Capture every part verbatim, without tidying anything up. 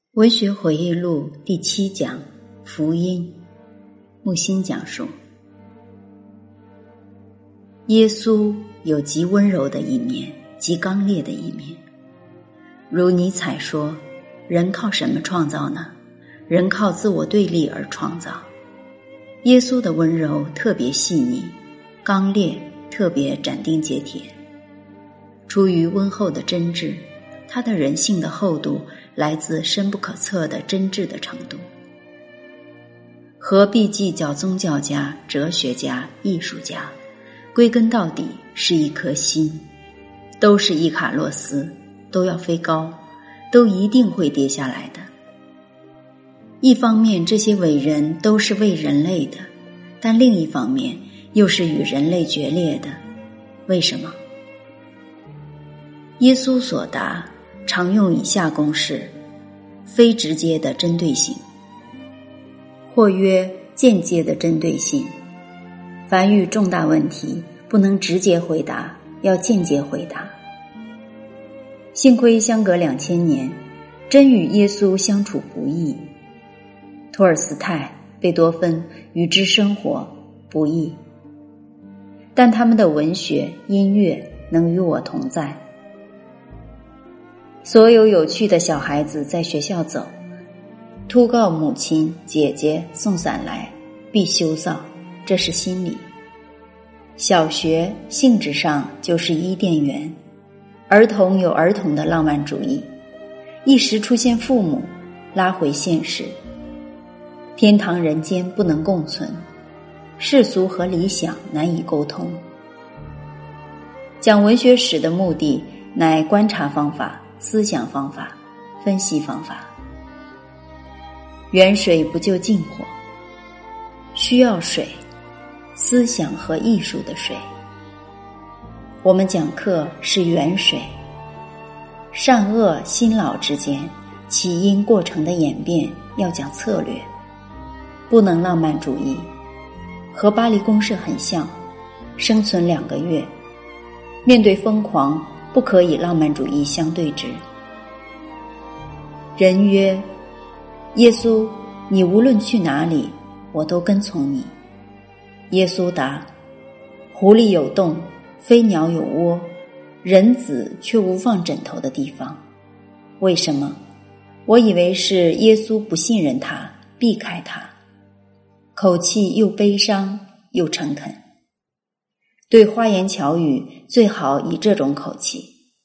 文学回忆录第七讲，福音。木星讲述，耶稣有极温柔的一面，极刚烈的一面。如尼采说，人靠什么创造呢？人靠自我对立而创造。耶稣的温柔特别细腻，刚烈特别斩钉截铁。出于温厚的真挚，他的人性的厚度来自深不可测的真挚的程度。何必计较宗教家、哲学家、艺术家？归根到底是一颗心，都是伊卡洛斯，都要飞高，都一定会跌下来的。一方面，这些伟人都是为人类的，但另一方面又是与人类决裂的。为什么？耶稣所答常用以下公式：非直接的针对性，或曰间接的针对性。凡遇重大问题，不能直接回答，要间接回答。幸亏相隔两千年，真与耶稣相处不易。托尔斯泰、贝多芬与之生活不易，但他们的文学、音乐能与我同在。所有有趣的小孩子在学校走，突告母亲姐姐送伞来，必羞臊，这是心理。小学性质上就是伊甸园，儿童有儿童的浪漫主义，一时出现父母，拉回现实。天堂人间不能共存，世俗和理想难以沟通。讲文学史的目的乃观察方法、思想方法、分析方法。远水不救近火，需要水，思想和艺术的水。我们讲课是远水，善恶新老之间起因过程的演变要讲策略，不能浪漫主义，和巴黎公社很像，生存两个月，面对疯狂不可以浪漫主义相对之。人曰：耶稣，你无论去哪里，我都跟从你。耶稣答：狐狸有洞，飞鸟有窝，人子却无放枕头的地方。为什么？我以为是耶稣不信任他，避开他，口气又悲伤又诚恳。对花言巧语最好以这种口气。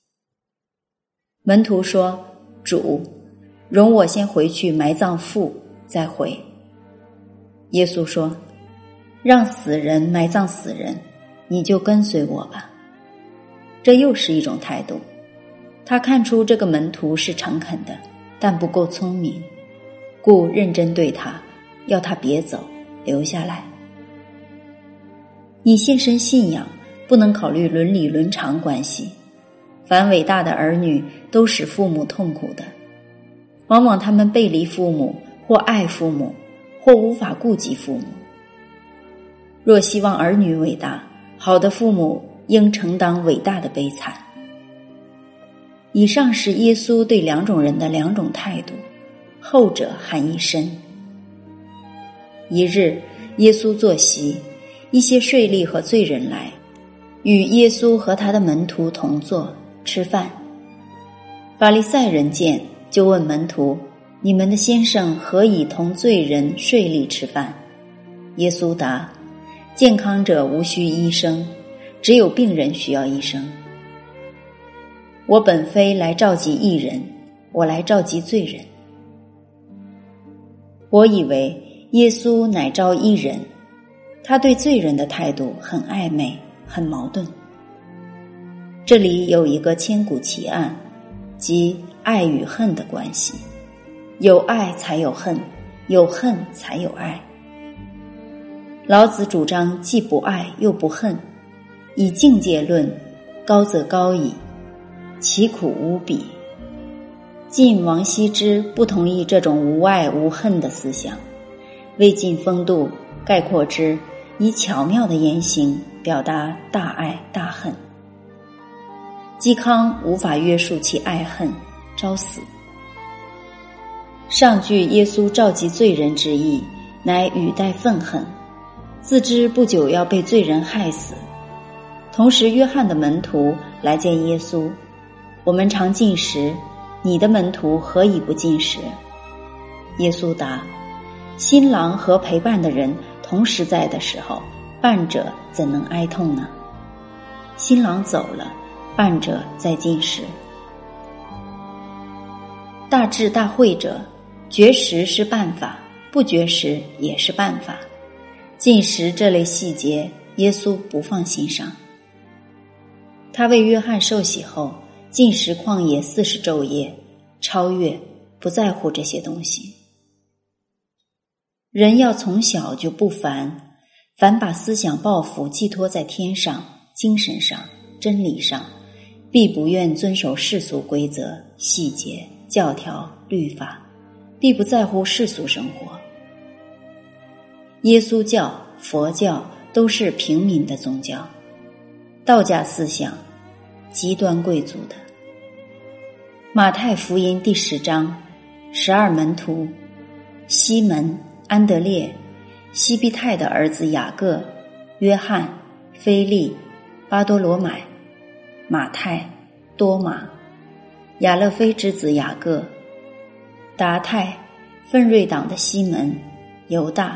门徒说：主，容我先回去埋葬父，再回。耶稣说：让死人埋葬死人，你就跟随我吧。这又是一种态度。他看出这个门徒是诚恳的，但不够聪明，故认真对他，要他别走，留下来。你献身信仰，不能考虑伦理伦常关系。凡伟大的儿女都使父母痛苦的，往往他们背离父母，或爱父母，或无法顾及父母。若希望儿女伟大，好的父母应承担伟大的悲惨。以上是耶稣对两种人的两种态度，后者含义深。一日，耶稣坐席，一些税吏和罪人来，与耶稣和他的门徒同坐吃饭。法利赛人见，就问门徒：你们的先生何以同罪人税吏吃饭？耶稣答：健康者无需医生，只有病人需要医生。我本非来召集义人，我来召集罪人。我以为耶稣乃召义人，他对罪人的态度很暧昧，很矛盾。这里有一个千古奇案，即爱与恨的关系。有爱才有恨，有恨才有爱。老子主张既不爱又不恨，以境界论，高则高矣，其苦无比。晋王羲之不同意这种无爱无恨的思想，魏晋风度概括之，以巧妙的言行表达大爱大恨。嵇康无法约束其爱恨，招死。 上句耶稣召集罪人之意，乃语带愤恨，自知不久要被罪人害死。同时约翰的门徒来见耶稣，我们常进食，你的门徒何以不进食？耶稣答，新郎和陪伴的人同时在的时候，伴者怎能哀痛呢？新郎走了，伴者在进食。大智大慧者，绝食是办法，不绝食也是办法。进食这类细节，耶稣不放心上。他为约翰受洗后，进食旷野四十昼夜，超越，不在乎这些东西。人要从小就不凡，凡把思想抱负寄托在天上、精神上、真理上，必不愿遵守世俗规则、细节、教条、律法，必不在乎世俗生活。耶稣教、佛教都是平民的宗教，道家思想极端贵族的。马太福音第十章，十二门徒，西门、安德烈、西庇太的儿子雅各、约翰、腓利、巴多罗买、马太、多马、亚勒菲之子雅各、达太、奋锐党的西门、犹大。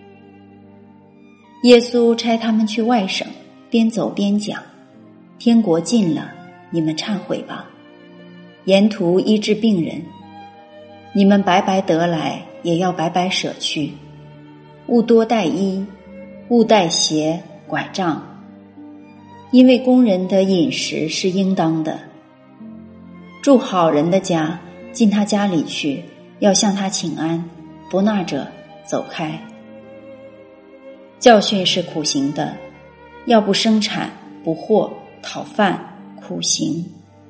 耶稣差他们去外省，边走边讲，天国近了，你们忏悔吧。沿途医治病人，你们白白得来，也要白白舍去。勿多带衣，勿带鞋、拐杖，因为工人的饮食是应当的。住好人的家，进他家里去，要向他请安，不纳者走开。教训是苦行的，要不生产、不惑、讨饭、苦行。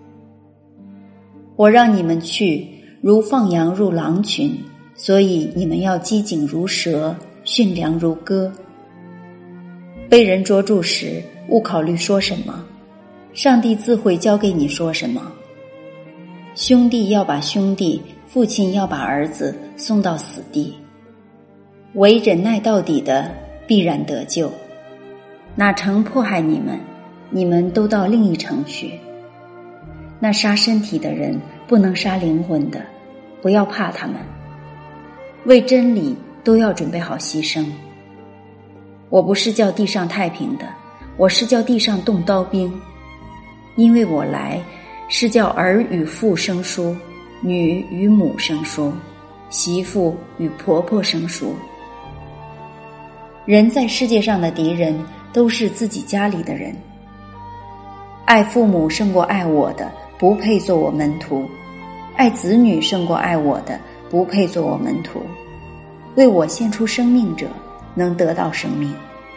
我让你们去，如放羊入狼群，所以你们要机警如蛇，驯良如鸽。被人捉住时，勿考虑说什么，上帝自会教给你说什么。兄弟要把兄弟，父亲要把儿子送到死地。唯忍耐到底的，必然得救。哪城迫害你们，你们都到另一城去。那杀身体的人不能杀灵魂的，不要怕他们。为真理都要准备好牺牲。我不是叫地上太平的，我是叫地上动刀兵。因为我来是叫儿与父生疏，女与母生疏，媳妇与婆婆生疏。人在世界上的敌人都是自己家里的人。爱父母胜过爱我的，不配做我门徒；爱子女胜过爱我的，不配做我门徒。为我献出生命者，能得到生命。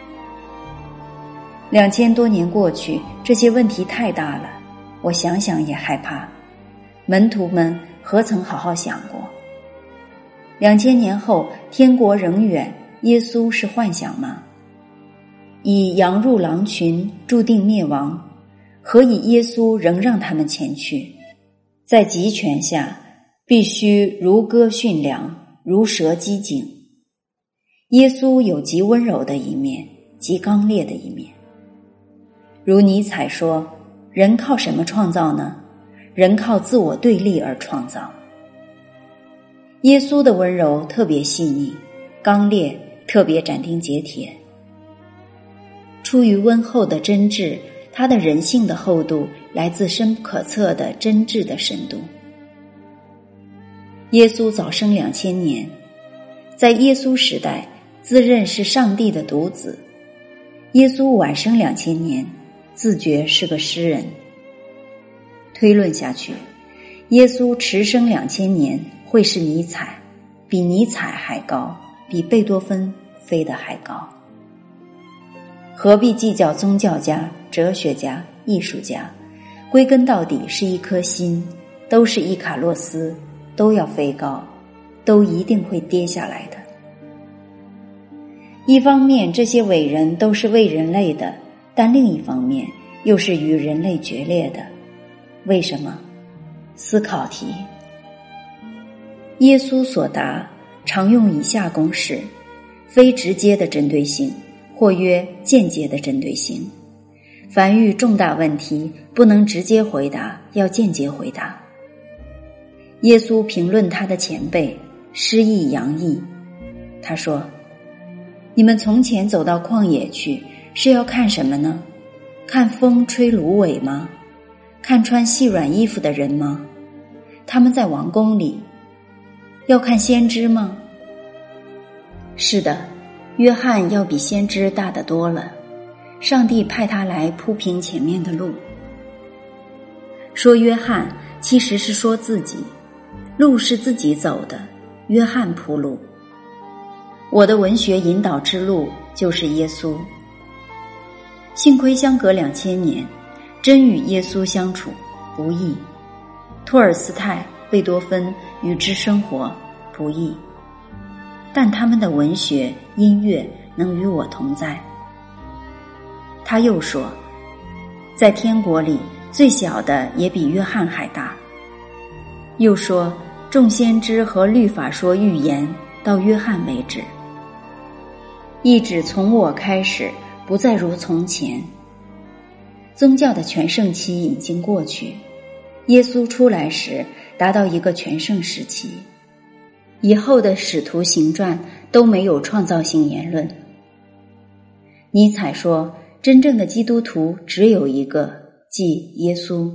两千多年过去，这些问题太大了，我想想也害怕。门徒们何曾好好想过？两千年后，天国仍远，耶稣是幻想吗？以羊入狼群，注定灭亡。何以耶稣仍让他们前去？在极权下，必须如鸽驯良，如蛇机警。耶稣有极温柔的一面，极刚烈的一面。如尼采说，人靠什么创造呢？人靠自我对立而创造。耶稣的温柔特别细腻，刚烈特别斩钉截铁。出于温厚的真挚，他的人性的厚度来自深不可测的真挚的深度。耶稣早生两千年，在耶稣时代，自认是上帝的独子。耶稣晚生两千年，自觉是个诗人。推论下去，耶稣迟生两千年会是尼采，比尼采还高，比贝多芬飞得还高。何必计较宗教家、哲学家、艺术家？归根到底是一颗心，都是伊卡洛斯，都要飞高，都一定会跌下来的。一方面，这些伟人都是为人类的，但另一方面又是与人类决裂的。为什么？思考题。 耶稣所答常用以下公式，非直接的针对性，或曰间接的针对性。凡遇重大问题，不能直接回答，要间接回答。耶稣评论他的前辈，诗意洋溢。他说：你们从前走到旷野去，是要看什么呢？看风吹芦苇吗？看穿细软衣服的人吗？他们在王宫里。要看先知吗？是的，约翰要比先知大得多了。上帝派他来铺平前面的路。说约翰其实是说自己，路是自己走的，约翰铺路。我的文学引导之路就是耶稣。幸亏相隔两千年，真与耶稣相处不易。托尔斯泰、贝多芬与之生活不易，但他们的文学、音乐能与我同在。他又说，在天国里，最小的也比约翰还大。又说，众先知和律法说预言到约翰为止。意指从我开始，不再如从前。宗教的全盛期已经过去，耶稣出来时达到一个全盛时期，以后的使徒行传都没有创造性言论。尼采说，真正的基督徒只有一个，即耶稣。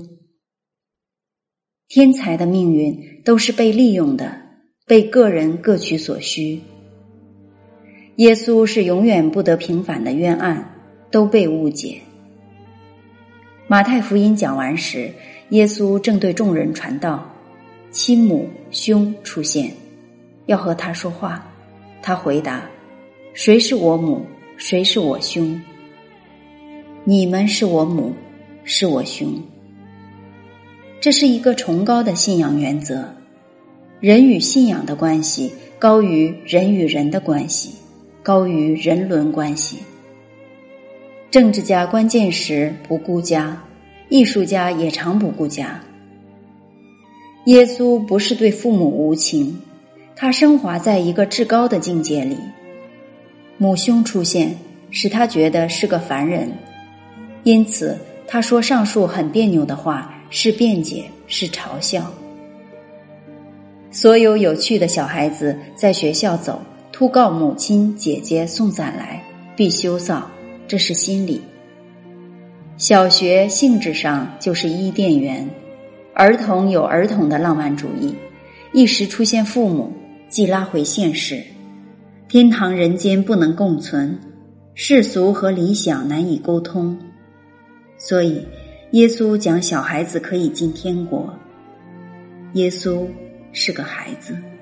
天才的命运都是被利用的，被个人各取所需。耶稣是永远不得平反的冤案，都被误解。马太福音讲完时，耶稣正对众人传道，亲母兄出现，要和他说话。他回答：谁是我母，谁是我兄？你们是我母，是我兄。这是一个崇高的信仰原则，人与信仰的关系高于人与人的关系，高于人伦关系。政治家关键时不顾家，艺术家也常不顾家。耶稣不是对父母无情，他升华在一个至高的境界里。母兄出现，使他觉得是个凡人，因此他说上述很别扭的话，是辩解，是嘲笑。所有有趣的小孩子在学校走，突告母亲姐姐送伞来，必羞臊，这是心理。小学性质上就是伊甸园，儿童有儿童的浪漫主义，一时出现父母，即拉回现实。天堂人间不能共存，世俗和理想难以沟通，所以耶稣讲小孩子可以进天国。耶稣是个孩子。